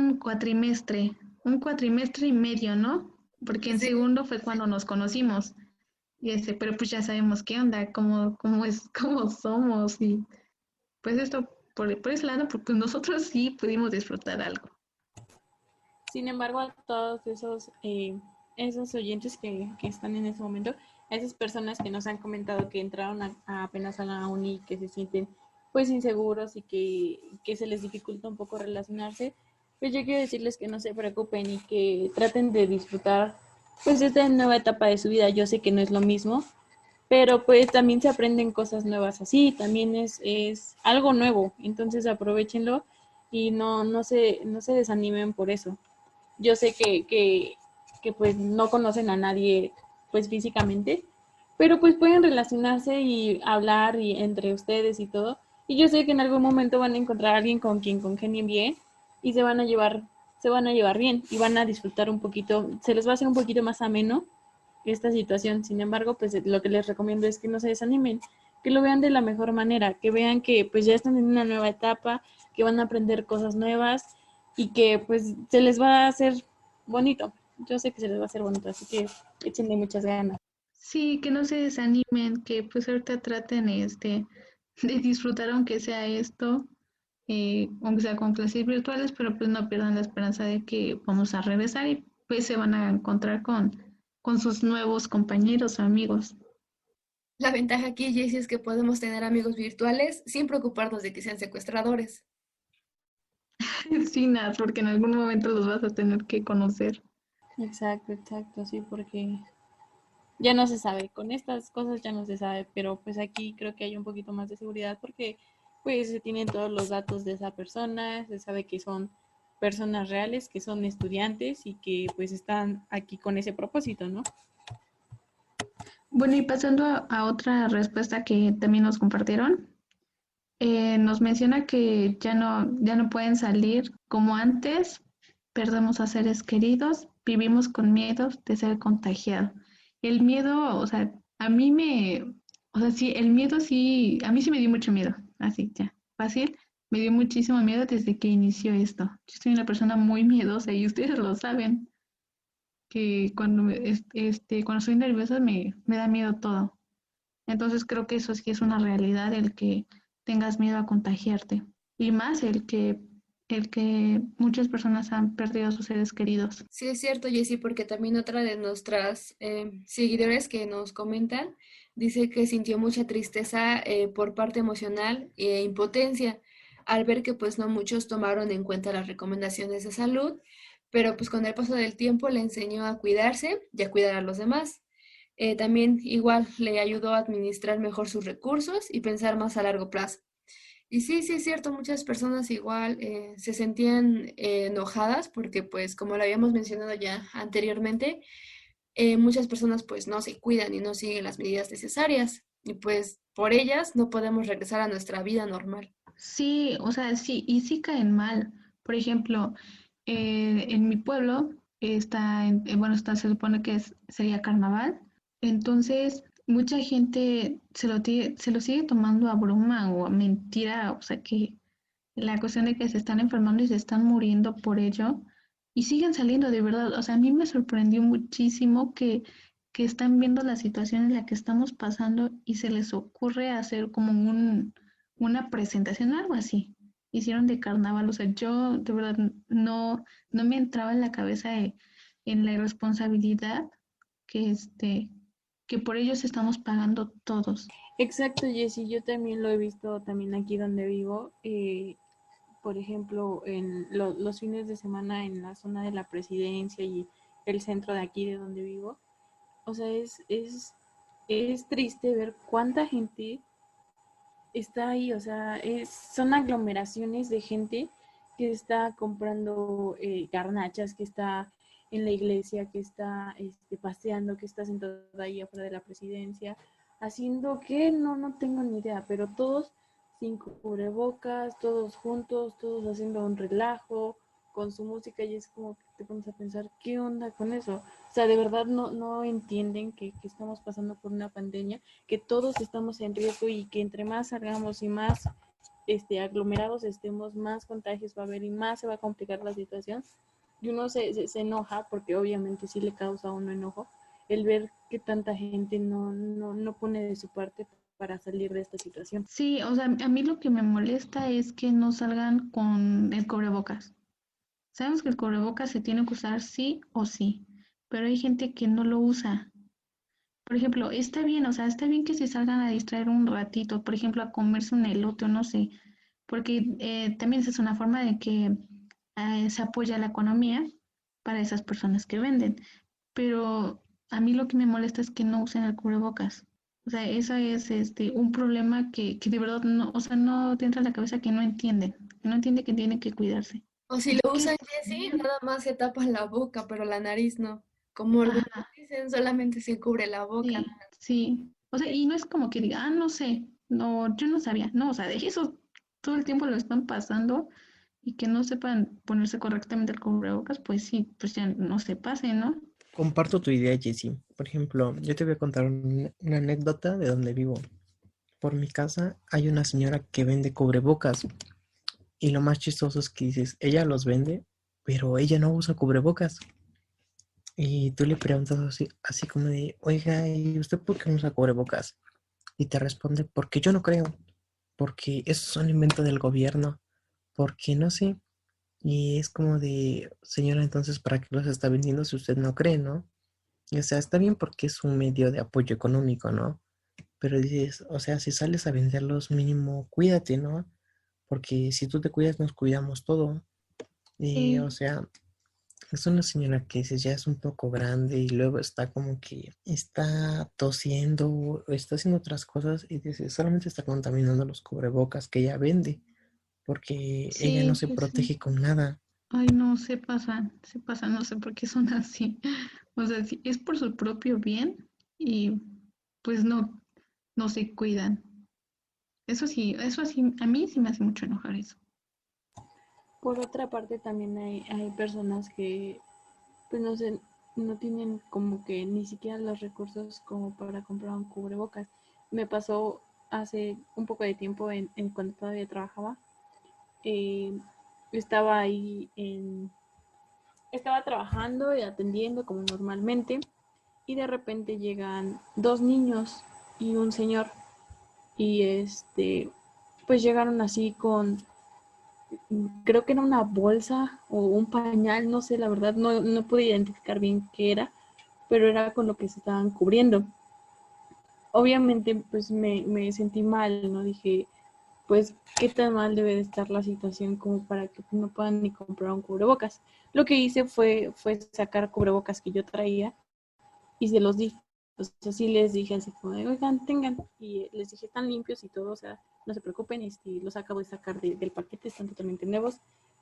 Speaker 2: un cuatrimestre y medio, ¿no? Porque en
Speaker 4: Sí,
Speaker 2: segundo fue cuando nos conocimos. Pero pues ya sabemos qué onda, cómo es, cómo somos. Y pues esto, por ese lado, pues nosotros sí pudimos disfrutar algo.
Speaker 1: Sin embargo, a todos esos oyentes que están en ese momento, a esas personas que nos han comentado que entraron apenas a la uni, que se sienten pues inseguros y que se les dificulta un poco relacionarse, pues yo quiero decirles que no se preocupen y que traten de disfrutar pues esta nueva etapa de su vida. Yo sé que no es lo mismo, pero pues también se aprenden cosas nuevas así, también es algo nuevo, entonces aprovechenlo y no se desanimen por eso. Yo sé que pues no conocen a nadie pues físicamente, pero pues pueden relacionarse y hablar y entre ustedes y todo, y yo sé que en algún momento van a encontrar a alguien con quien congenien bien y se van a llevar bien y van a disfrutar un poquito, se les va a hacer un poquito más ameno esta situación. Sin embargo, pues lo que les recomiendo es que no se desanimen, que lo vean de la mejor manera, que vean que pues ya están en una nueva etapa, que van a aprender cosas nuevas y que pues se les va a hacer bonito. Yo sé que se les va a hacer bonito, así que échenle muchas ganas.
Speaker 2: Sí, que no se desanimen, que pues ahorita traten de disfrutar aunque sea esto, aunque sea con clases virtuales, pero pues no pierdan la esperanza de que vamos a regresar y pues se van a encontrar con sus nuevos compañeros o amigos.
Speaker 4: La ventaja aquí, Jessy, es que podemos tener amigos virtuales sin preocuparnos de que sean secuestradores.
Speaker 2: Sí, Nat, porque en algún momento los vas a tener que conocer.
Speaker 1: Exacto, exacto, sí, porque ya no se sabe, con estas cosas ya no se sabe, pero pues aquí creo que hay un poquito más de seguridad porque pues se tienen todos los datos de esa persona, se sabe que son personas reales, que son estudiantes y que pues están aquí con ese propósito, ¿no?
Speaker 2: Bueno, y pasando a otra respuesta que también nos compartieron, nos menciona que ya no pueden salir como antes, perdemos a seres queridos, vivimos con miedos de ser contagiado. El miedo, o sea, o sea, sí, el miedo sí, a mí sí me dio mucho miedo, así, ya, fácil, me dio muchísimo miedo desde que inició esto. Yo soy una persona muy miedosa y ustedes lo saben, que cuando soy nerviosa me da miedo todo. Entonces creo que eso sí es una realidad, el que tengas miedo a contagiarte. Y más el que muchas personas han perdido a sus seres queridos.
Speaker 4: Sí, es cierto, Jessy, porque también otra de nuestras seguidores que nos comentan dice que sintió mucha tristeza por parte emocional e impotencia al ver que pues no muchos tomaron en cuenta las recomendaciones de salud, pero pues con el paso del tiempo le enseñó a cuidarse y a cuidar a los demás. También igual le ayudó a administrar mejor sus recursos y pensar más a largo plazo. Y sí, sí es cierto, muchas personas igual se sentían enojadas porque pues como lo habíamos mencionado ya anteriormente, muchas personas pues no se cuidan y no siguen las medidas necesarias y pues por ellas no podemos regresar a nuestra vida normal.
Speaker 2: Sí, o sea, sí, y sí caen mal. Por ejemplo, en mi pueblo bueno, se supone que sería carnaval. Entonces, mucha gente se lo sigue tomando a broma o a mentira, o sea, que la cuestión de que se están enfermando y se están muriendo por ello y siguen saliendo de verdad. O sea, a mí me sorprendió muchísimo que están viendo la situación en la que estamos pasando y se les ocurre hacer como una presentación, algo así. Hicieron de carnaval, o sea, yo de verdad no me entraba en la cabeza en la irresponsabilidad que que por ellos estamos pagando todos.
Speaker 1: Exacto, Jessy, yo también lo he visto también aquí donde vivo. Por ejemplo, en los fines de semana en la zona de la Presidencia y el centro de aquí de donde vivo. O sea, es triste ver cuánta gente está ahí, o sea, son aglomeraciones de gente que está comprando garnachas, que está en la iglesia, que está paseando, que está sentada ahí afuera de la presidencia, haciendo que no tengo ni idea, pero todos sin cubrebocas, todos juntos, todos haciendo un relajo con su música y es como que te pones a pensar, ¿qué onda con eso? O sea, de verdad no entienden que estamos pasando por una pandemia, que todos estamos en riesgo y que entre más salgamos y más aglomerados estemos, más contagios va a haber y más se va a complicar la situación. Y uno se enoja porque obviamente sí le causa a uno enojo el ver que tanta gente no pone de su parte para salir de esta situación.
Speaker 2: Sí, o sea, a mí lo que me molesta es que no salgan con el cubrebocas. Sabemos que el cubrebocas se tiene que usar sí o sí, pero hay gente que no lo usa. Por ejemplo, está bien, o sea, está bien que se salgan a distraer un ratito, por ejemplo, a comerse un elote o no sé, porque también esa es una forma de que se apoya la economía para esas personas que venden. Pero a mí lo que me molesta es que no usen el cubrebocas. O sea, eso es un problema que de verdad no, o sea, no te entra en la cabeza que no entiende que tiene que cuidarse.
Speaker 4: O si
Speaker 2: ¿Por
Speaker 4: lo
Speaker 2: qué?
Speaker 4: usan Jessie, nada más se tapan la boca, pero la nariz no. Como algunos
Speaker 2: Ajá,
Speaker 4: dicen, solamente se cubre la boca.
Speaker 2: sí, sí. O sea, y no es como que diga, no sé, no, yo no sabía. No, o sea, de eso todo el tiempo lo están pasando y que no sepan ponerse correctamente el cubrebocas, pues sí, pues ya no se pase, ¿no?
Speaker 3: Comparto tu idea, Jessie. Por ejemplo, yo te voy a contar una anécdota de donde vivo. Por mi casa hay una señora que vende cubrebocas y lo más chistoso es que dices, ella los vende, pero ella no usa cubrebocas. Y tú le preguntas así como de, oiga, ¿y usted por qué no usa cubrebocas? Y te responde, porque yo no creo, porque eso es un invento del gobierno, porque no sé. Y es como de, señora, entonces, ¿para qué los está vendiendo si usted no cree, no? Y, o sea, está bien porque es un medio de apoyo económico, ¿no? Pero dices, o sea, si sales a venderlos, mínimo, cuídate, ¿no? Porque si tú te cuidas, nos cuidamos todo. Y, o
Speaker 2: Sí,
Speaker 3: sea, es una señora que ya es un poco grande y luego está como que está tosiendo o está haciendo otras cosas y dices, solamente está contaminando los cubrebocas que ella vende porque ella no
Speaker 2: sí,
Speaker 3: se
Speaker 2: sí, sí.
Speaker 3: protege con nada.
Speaker 2: Ay, no, se pasan, no sé por qué son así. O sea, sí, es por su propio bien y pues no, no se cuidan. Eso sí, a mí sí me hace mucho enojar eso.
Speaker 1: Por otra parte, también hay personas que, pues no sé, no tienen como que ni siquiera los recursos como para comprar un cubrebocas. Me pasó hace un poco de tiempo en cuando todavía trabajaba. eh, estaba estaba trabajando y atendiendo como normalmente y de repente llegan dos niños y un señor y pues llegaron así con, creo que era una bolsa o un pañal, no sé, la verdad no pude identificar bien qué era, pero era con lo que se estaban cubriendo. Obviamente pues me sentí mal, ¿no? Dije, pues qué tan mal debe de estar la situación como para que no puedan ni comprar un cubrebocas. Lo que hice fue sacar cubrebocas que yo traía y se los di. O sea, sí les dije así como de, oigan, tengan. Y les dije, están limpios y todo, o sea, no se preocupen, los acabo de sacar del paquete, están totalmente nuevos.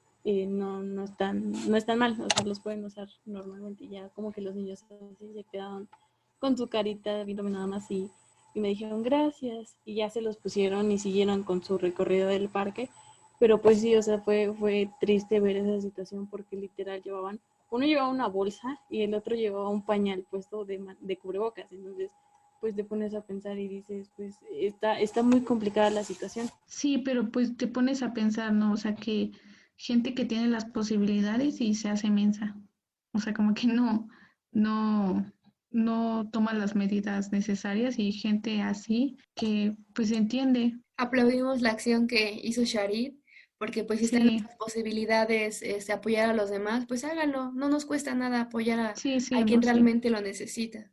Speaker 1: No están mal, o sea, los pueden usar normalmente. Ya como que los niños así se quedaron con su carita viéndome nada más y me dijeron gracias y ya se los pusieron y siguieron con su recorrido del parque. Pero pues sí, o sea, fue triste ver esa situación porque literal uno llevaba una bolsa y el otro llevaba un pañal puesto de cubrebocas. Entonces, pues te pones a pensar y dices, pues está muy complicada la situación.
Speaker 2: Sí, pero pues te pones a pensar, ¿no? O sea, que gente que tiene las posibilidades y se hace mensa. O sea, como que no, no toma las medidas necesarias y gente así que pues entiende.
Speaker 4: Aplaudimos la acción que hizo Sharid, porque pues si están
Speaker 2: Sí,
Speaker 4: nuestras posibilidades apoyar a los demás, pues háganlo. No nos cuesta nada apoyar
Speaker 2: sí, sí,
Speaker 4: a quien
Speaker 2: amor, sí.
Speaker 4: realmente lo necesita.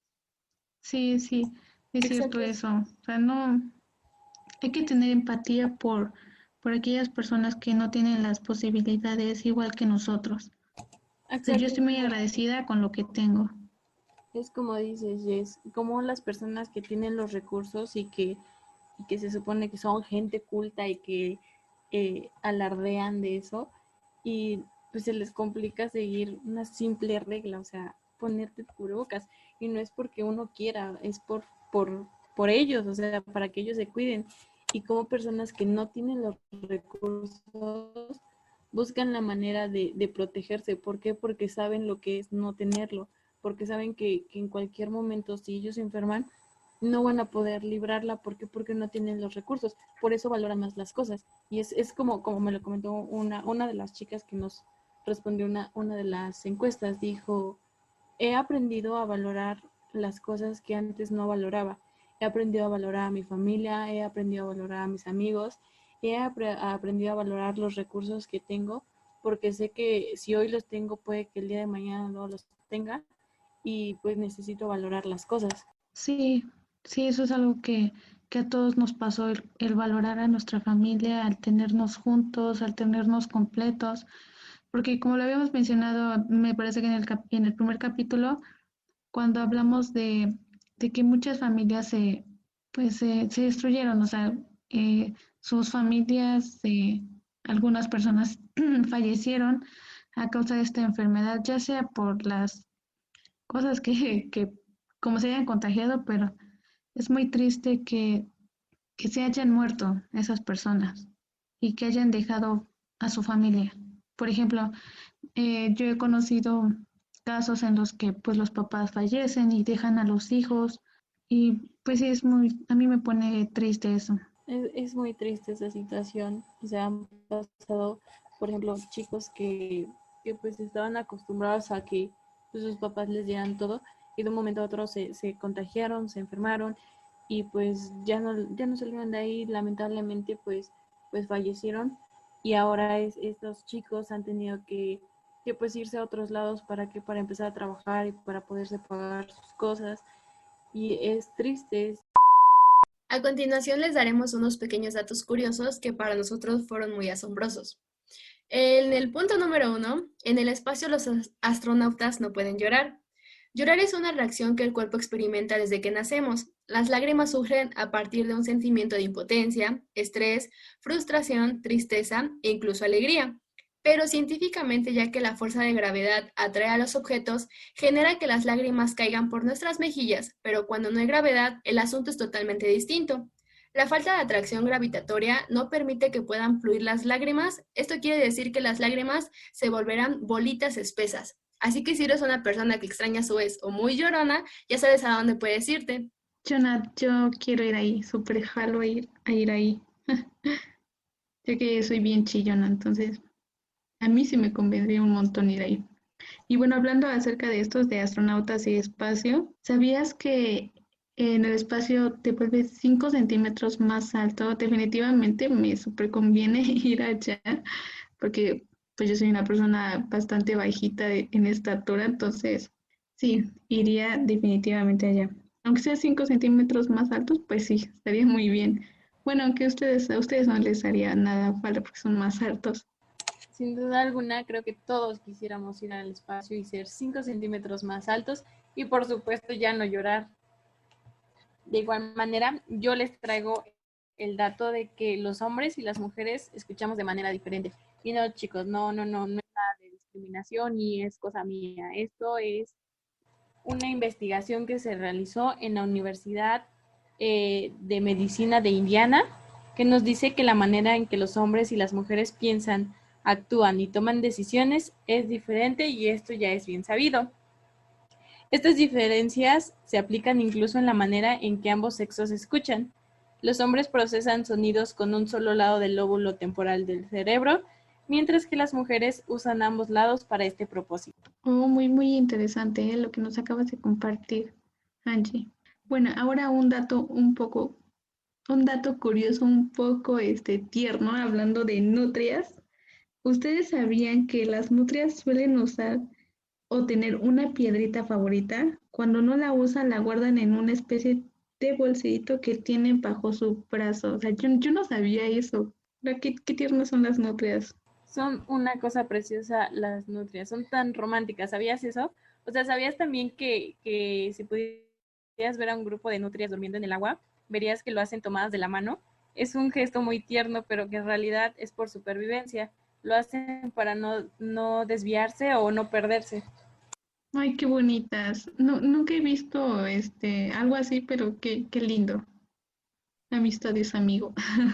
Speaker 2: Sí, sí, es cierto
Speaker 4: Exacto.
Speaker 2: eso. O sea, no, hay que tener empatía por aquellas personas que no tienen las posibilidades igual que nosotros. O sea, yo
Speaker 1: Exacto,
Speaker 2: estoy muy agradecida con lo que tengo.
Speaker 1: es como dices, Jess, como las personas que tienen los recursos y que se supone que son gente culta y que alardean de eso, y pues se les complica seguir una simple regla, o sea, ponerte cubrebocas. Y no es porque uno quiera, es por, por ellos, o sea, para que ellos se cuiden. Y como personas que no tienen los recursos buscan la manera de protegerse. ¿Por qué? Porque saben lo que es no tenerlo, porque saben que en cualquier momento, si ellos se enferman, no van a poder librarla. ¿Por qué? Porque no tienen los recursos. Por eso valoran más las cosas. Y es como me lo comentó una de las chicas que nos respondió una de las encuestas. Dijo, he aprendido a valorar las cosas que antes no valoraba. He aprendido a valorar a mi familia, he aprendido a valorar a mis amigos, aprendido a valorar los recursos que tengo, porque sé que si hoy los tengo, puede que el día de mañana no los tenga y pues necesito valorar las cosas.
Speaker 2: Sí, sí, eso es algo que a todos nos pasó, el valorar a nuestra familia, al tenernos juntos, al tenernos completos, porque como lo habíamos mencionado, me parece que en el primer capítulo, cuando hablamos de que muchas familias se destruyeron, o sea, sus familias, algunas personas fallecieron a causa de esta enfermedad, ya sea por las cosas que como se hayan contagiado, pero es muy triste que se hayan muerto esas personas y que hayan dejado a su familia. Por ejemplo, yo he conocido casos en los que pues los papás fallecen y dejan a los hijos y pues sí, a mí me pone triste eso.
Speaker 1: Es muy triste esa situación. O sea, han pasado, por ejemplo, chicos que pues estaban acostumbrados a que pues, sus papás les dieran todo y de un momento a otro se contagiaron, se enfermaron y pues ya no salieron de ahí, lamentablemente pues fallecieron y ahora estos chicos han tenido que pues irse a otros lados para empezar a trabajar y para poderse pagar sus cosas y es triste.
Speaker 4: A continuación les daremos unos pequeños datos curiosos que para nosotros fueron muy asombrosos. En el punto número 1, en el espacio los astronautas no pueden llorar. Llorar es una reacción que el cuerpo experimenta desde que nacemos. Las lágrimas surgen a partir de un sentimiento de impotencia, estrés, frustración, tristeza e incluso alegría. Pero científicamente, ya que la fuerza de gravedad atrae a los objetos, genera que las lágrimas caigan por nuestras mejillas, pero cuando no hay gravedad, el asunto es totalmente distinto. La falta de atracción gravitatoria no permite que puedan fluir las lágrimas. Esto quiere decir que las lágrimas se volverán bolitas espesas. Así que si eres una persona que extraña a su vez o muy llorona, ya sabes a dónde puedes irte.
Speaker 2: Jonah, yo quiero ir ahí, súper jalo a ir ahí. Ya que soy bien chillona, entonces a mí sí me convendría un montón ir ahí. Y bueno, hablando acerca de estos de astronautas y espacio, ¿sabías que en el espacio te vuelves 5 centímetros más alto? Definitivamente me súper conviene ir allá, porque pues yo soy una persona bastante bajita en estatura, entonces sí, iría definitivamente allá. Aunque sea 5 centímetros más altos, pues sí, estaría muy bien. Bueno, aunque a ustedes no les haría nada falta porque son más altos.
Speaker 1: Sin duda alguna, creo que todos quisiéramos ir al espacio y ser 5 centímetros más altos y por supuesto ya no llorar. De igual manera, yo les traigo el dato de que los hombres y las mujeres escuchamos de manera diferente. Y no, chicos, no es nada de discriminación ni es cosa mía. Esto es una investigación que se realizó en la Universidad de Medicina de Indiana, que nos dice que la manera en que los hombres y las mujeres piensan, actúan y toman decisiones es diferente y esto ya es bien sabido. Estas diferencias se aplican incluso en la manera en que ambos sexos escuchan. Los hombres procesan sonidos con un solo lado del lóbulo temporal del cerebro, mientras que las mujeres usan ambos lados para este propósito.
Speaker 2: Oh, muy, muy interesante, lo que nos acabas de compartir, Angie. Bueno, ahora un dato curioso, un poco tierno, hablando de nutrias. ¿Ustedes sabían que las nutrias suelen usar o tener una piedrita favorita? Cuando no la usan, la guardan en una especie de bolsito que tienen bajo su brazo. O sea, yo no sabía eso. Pero qué tiernas son las nutrias.
Speaker 1: Son una cosa preciosa las nutrias, son tan románticas, ¿sabías eso? O sea, ¿sabías también que si pudieras ver a un grupo de nutrias durmiendo en el agua, verías que lo hacen tomadas de la mano? Es un gesto muy tierno, pero que en realidad es por supervivencia. Lo hacen para no desviarse o no perderse.
Speaker 2: Ay, qué bonitas. No, nunca he visto algo así, pero qué lindo. Amistad es amigo.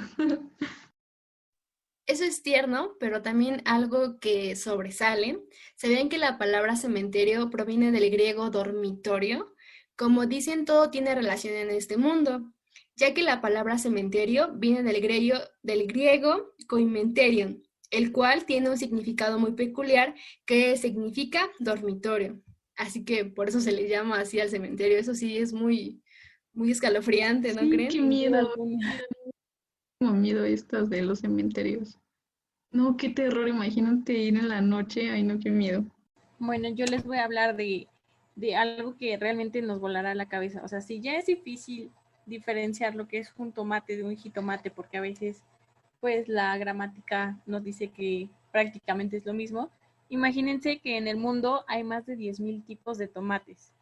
Speaker 4: Eso es tierno, pero también algo que sobresale. ¿Sabían que la palabra cementerio proviene del griego dormitorio? Como dicen, todo tiene relación en este mundo, ya que la palabra cementerio viene del griego koimenterion, el cual tiene un significado muy peculiar que significa dormitorio. Así que por eso se le llama así al cementerio. Eso sí es muy, muy escalofriante, ¿no
Speaker 2: Sí, qué
Speaker 4: creen?
Speaker 1: Sin duda
Speaker 2: miedo.
Speaker 1: alguna.
Speaker 2: Como miedo estas de los cementerios. No, qué terror, imagínate ir en la noche. Ay, no, qué miedo.
Speaker 1: Bueno, yo les voy a hablar de algo que realmente nos volará la cabeza. O sea, si ya es difícil diferenciar lo que es un tomate de un jitomate, porque a veces pues la gramática nos dice que prácticamente es lo mismo. Imagínense que en el mundo hay más de 10,000 tipos de tomates.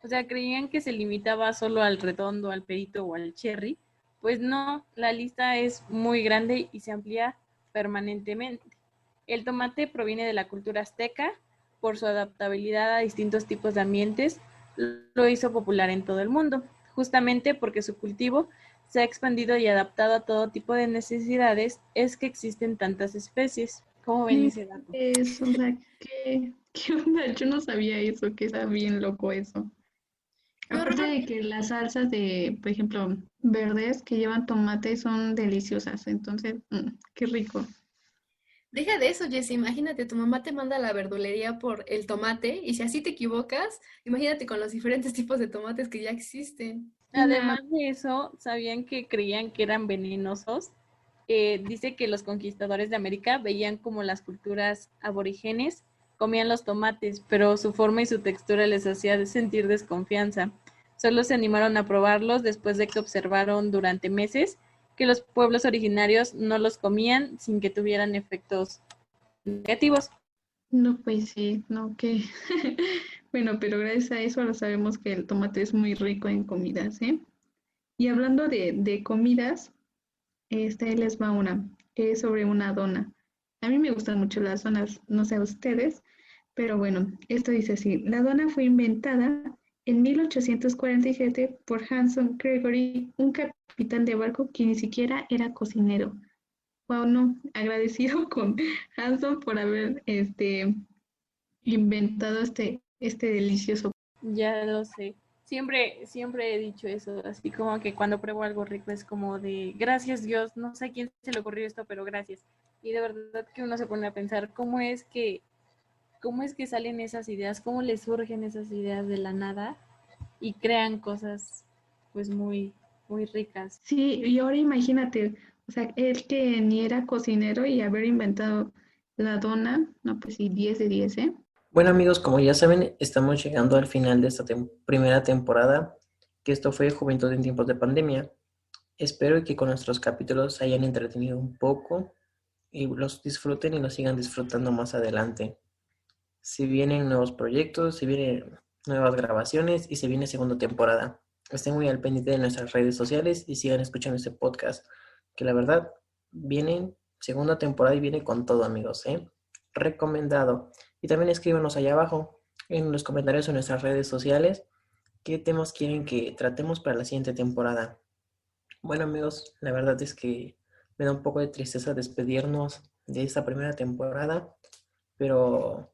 Speaker 1: O sea, creían que se limitaba solo al redondo, al perito o al cherry. Pues no, la lista es muy grande y se amplía permanentemente. El tomate proviene de la cultura azteca. Por su adaptabilidad a distintos tipos de ambientes, lo hizo popular en todo el mundo, justamente porque su cultivo se ha expandido y adaptado a todo tipo de necesidades, es que existen tantas especies. ¿Cómo ven
Speaker 2: Ni
Speaker 1: ese dato?
Speaker 2: eso, o sea, ¿qué onda? Yo no sabía eso, que está bien loco eso.
Speaker 4: Qué
Speaker 2: Aparte
Speaker 4: horror.
Speaker 2: de que las salsas de, por ejemplo, verdes que llevan tomate son deliciosas, entonces, qué rico.
Speaker 4: Deja de eso, Jessy. Imagínate, tu mamá te manda a la verdulería por el tomate y si así te equivocas, imagínate con los diferentes tipos de tomates que ya existen.
Speaker 2: Nah,
Speaker 1: Además de eso, ¿sabían que creían que eran venenosos? Dice que los conquistadores de América veían como las culturas aborígenes comían los tomates, pero su forma y su textura les hacía sentir desconfianza. Solo se animaron a probarlos después de que observaron durante meses que los pueblos originarios no los comían sin que tuvieran efectos negativos.
Speaker 2: no, pues sí, no, que. Bueno, pero gracias a eso ahora sabemos que el tomate es muy rico en comidas, ¿eh? Y hablando de comidas, ahí les va una, que es sobre una dona. A mí me gustan mucho las donas, no sé a ustedes, pero bueno, esto dice así. La dona fue inventada en 1847 por Hanson Gregory, un capitán de barco que ni siquiera era cocinero. Wow, no, agradecido con Hanson por haber inventado este delicioso.
Speaker 1: Ya lo sé. Siempre he dicho eso, así como que cuando pruebo algo rico es como de gracias Dios, no sé a quién se le ocurrió esto, pero gracias. Y de verdad que uno se pone a pensar cómo es que salen esas ideas, cómo les surgen esas ideas de la nada y crean cosas pues muy ricas.
Speaker 2: Sí, y ahora imagínate, o sea, él que ni era cocinero y haber inventado la dona, no, pues sí, 10 de 10, ¿eh?
Speaker 3: Bueno amigos, como ya saben, estamos llegando al final de esta primera temporada, que esto fue Juventud en tiempos de pandemia. Espero que con nuestros capítulos se hayan entretenido un poco y los disfruten y los sigan disfrutando más adelante. Se vienen nuevos proyectos, se vienen nuevas grabaciones y se viene segunda temporada. Estén muy al pendiente de nuestras redes sociales y sigan escuchando este podcast, que la verdad viene segunda temporada y viene con todo amigos, ¿eh? Recomendado. Y también escríbanos allá abajo en los comentarios en nuestras redes sociales qué temas quieren que tratemos para la siguiente temporada. Bueno amigos, la verdad es que me da un poco de tristeza despedirnos de esta primera temporada, pero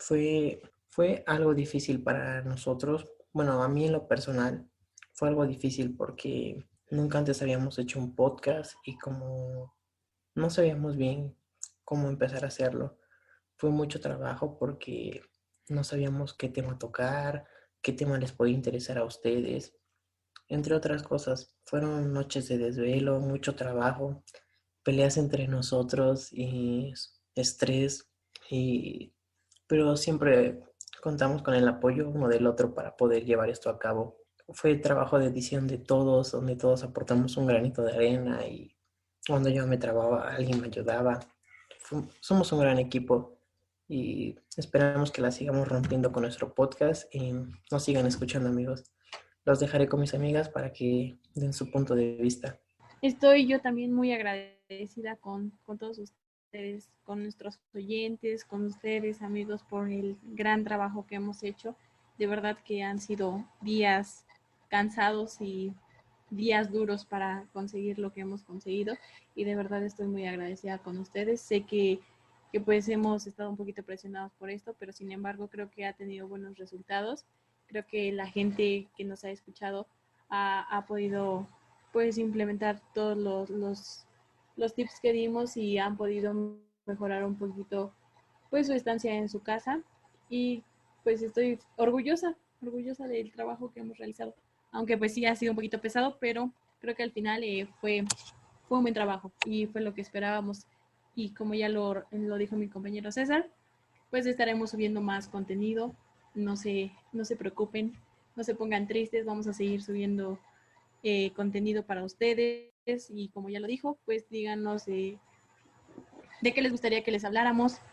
Speaker 3: fue algo difícil para nosotros. Bueno, a mí en lo personal fue algo difícil porque nunca antes habíamos hecho un podcast y como no sabíamos bien cómo empezar a hacerlo, fue mucho trabajo porque no sabíamos qué tema tocar, qué tema les podía interesar a ustedes. Entre otras cosas, fueron noches de desvelo, mucho trabajo, peleas entre nosotros y estrés, y, pero siempre contamos con el apoyo uno del otro para poder llevar esto a cabo. Fue trabajo de edición de todos, donde todos aportamos un granito de arena y cuando yo me trababa, alguien me ayudaba. Somos un gran equipo y esperamos que la sigamos rompiendo con nuestro podcast y nos sigan escuchando amigos. Los dejaré con mis amigas para que den su punto de vista.
Speaker 1: Estoy yo también muy agradecida con todos ustedes, con nuestros oyentes, con ustedes amigos por el gran trabajo que hemos hecho. De verdad que han sido días cansados y días duros para conseguir lo que hemos conseguido y de verdad estoy muy agradecida con ustedes. Sé que pues hemos estado un poquito presionados por esto, pero sin embargo creo que ha tenido buenos resultados. Creo que la gente que nos ha escuchado ha podido pues implementar todos los tips que dimos y han podido mejorar un poquito pues su estancia en su casa y pues estoy orgullosa del trabajo que hemos realizado, aunque pues sí ha sido un poquito pesado, pero creo que al final fue un buen trabajo y fue lo que esperábamos y como ya lo dijo mi compañero César, pues estaremos subiendo más contenido, no se preocupen, no se pongan tristes, vamos a seguir subiendo contenido para ustedes y como ya lo dijo, pues díganos de qué les gustaría que les habláramos,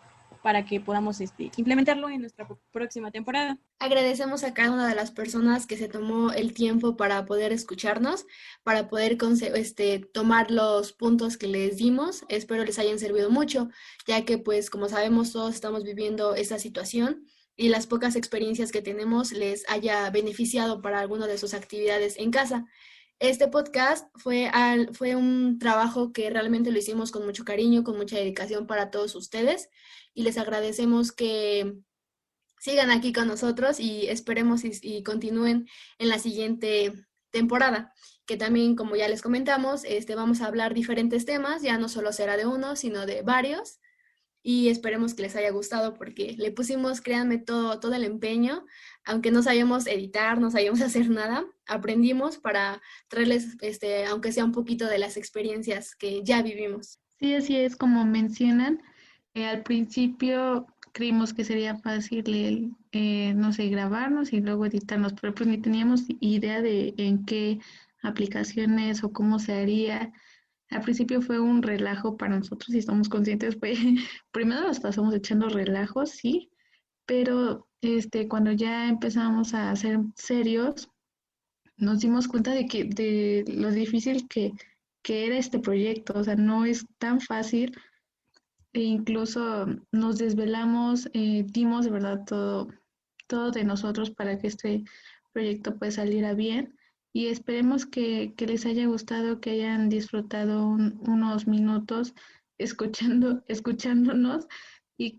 Speaker 1: para que podamos implementarlo en nuestra próxima temporada.
Speaker 4: Agradecemos a cada una de las personas que se tomó el tiempo para poder escucharnos, para poder tomar los puntos que les dimos. Espero les hayan servido mucho, ya que pues como sabemos todos estamos viviendo esta situación y las pocas experiencias que tenemos les haya beneficiado para alguna de sus actividades en casa. Este podcast fue un trabajo que realmente lo hicimos con mucho cariño, con mucha dedicación para todos ustedes y les agradecemos que sigan aquí con nosotros y esperemos y continúen en la siguiente temporada, que también, como ya les comentamos, vamos a hablar diferentes temas, ya no solo será de uno, sino de varios, y esperemos que les haya gustado porque le pusimos, créanme, todo el empeño, aunque no sabíamos editar, no sabíamos hacer nada, aprendimos para traerles, aunque sea un poquito de las experiencias que ya vivimos.
Speaker 2: Sí, así es como mencionan. Al principio creímos que sería fácil, no sé, grabarnos y luego editarnos, pero pues ni teníamos idea de en qué aplicaciones o cómo se haría. Al principio fue un relajo para nosotros y estamos conscientes, primero nos pasamos echando relajos, sí, pero cuando ya empezamos a ser serios, nos dimos cuenta de lo difícil que era este proyecto, o sea, no es tan fácil e incluso nos desvelamos, dimos de verdad todo de nosotros para que este proyecto pues saliera bien y esperemos que les haya gustado, que hayan disfrutado unos minutos escuchándonos y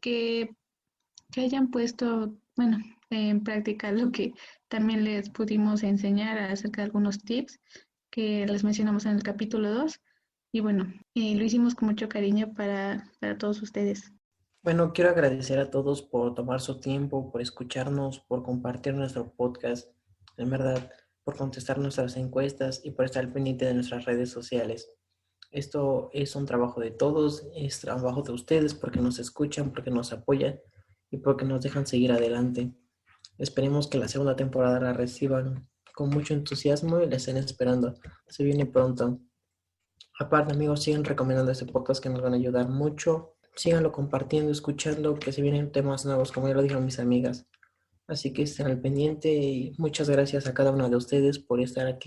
Speaker 2: que hayan puesto, bueno, en práctica lo que también les pudimos enseñar acerca de algunos tips que les mencionamos en el capítulo 2. Y bueno, lo hicimos con mucho cariño para todos ustedes.
Speaker 3: Bueno, quiero agradecer a todos por tomar su tiempo, por escucharnos, por compartir nuestro podcast, en verdad, por contestar nuestras encuestas y por estar al pendiente de nuestras redes sociales. Esto es un trabajo de todos, es trabajo de ustedes porque nos escuchan, porque nos apoyan y porque nos dejan seguir adelante. Esperemos que la segunda temporada la reciban con mucho entusiasmo y la estén esperando. Se viene pronto. Aparte, amigos, sigan recomendando este podcast que nos van a ayudar mucho. Síganlo compartiendo, escuchando, que se vienen temas nuevos, como ya lo dijeron mis amigas. Así que estén al pendiente y muchas gracias a cada uno de ustedes por estar aquí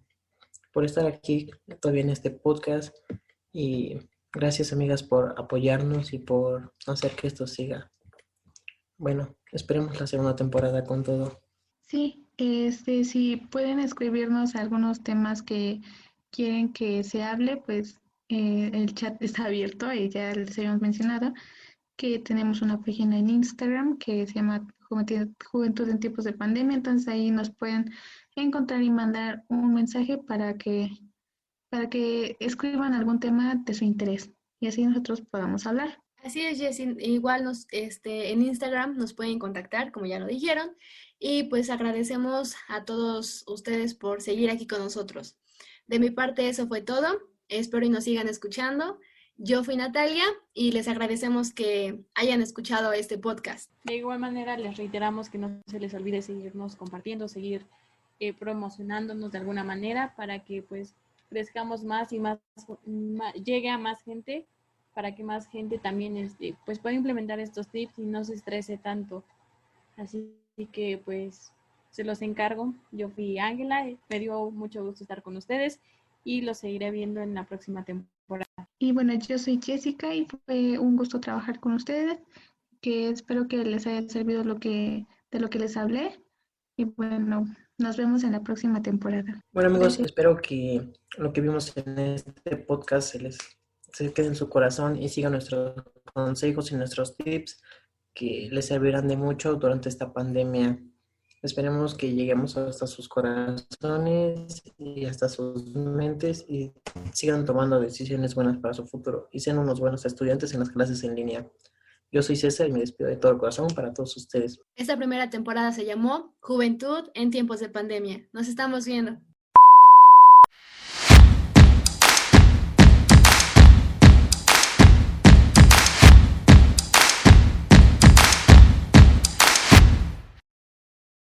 Speaker 3: todavía en este podcast. Y gracias, amigas, por apoyarnos y por hacer que esto siga. Bueno, esperemos la segunda temporada con todo.
Speaker 2: Sí, si pueden escribirnos algunos temas que quieren que se hable, pues el chat está abierto y ya les habíamos mencionado que tenemos una página en Instagram que se llama Juventud en tiempos de pandemia, entonces ahí nos pueden encontrar y mandar un mensaje para que escriban algún tema de su interés y así nosotros podamos hablar.
Speaker 4: Así es, Jessie. Igual en Instagram nos pueden contactar, como ya lo dijeron, y pues agradecemos a todos ustedes por seguir aquí con nosotros. De mi parte, eso fue todo. Espero y nos sigan escuchando. Yo fui Natalia y les agradecemos que hayan escuchado este podcast.
Speaker 1: De igual manera, les reiteramos que no se les olvide seguirnos compartiendo, seguir promocionándonos de alguna manera para que pues crezcamos más y más llegue a más gente, para que más gente también pues pueda implementar estos tips y no se estrese tanto. Así que pues se los encargo. Yo fui Ángela, me dio mucho gusto estar con ustedes y los seguiré viendo en la próxima temporada.
Speaker 2: Y bueno, yo soy Jessica y fue un gusto trabajar con ustedes, que espero que les haya servido de lo que les hablé. Y bueno, nos vemos en la próxima temporada.
Speaker 3: Bueno, amigos, espero que lo que vimos en este podcast se quede en su corazón y sigan nuestros consejos y nuestros tips que les servirán de mucho durante esta pandemia. Esperemos que lleguemos hasta sus corazones y hasta sus mentes y sigan tomando decisiones buenas para su futuro y sean unos buenos estudiantes en las clases en línea. Yo soy César y me despido de todo el corazón para todos ustedes.
Speaker 4: Esta primera temporada se llamó Juventud en tiempos de pandemia. Nos estamos viendo.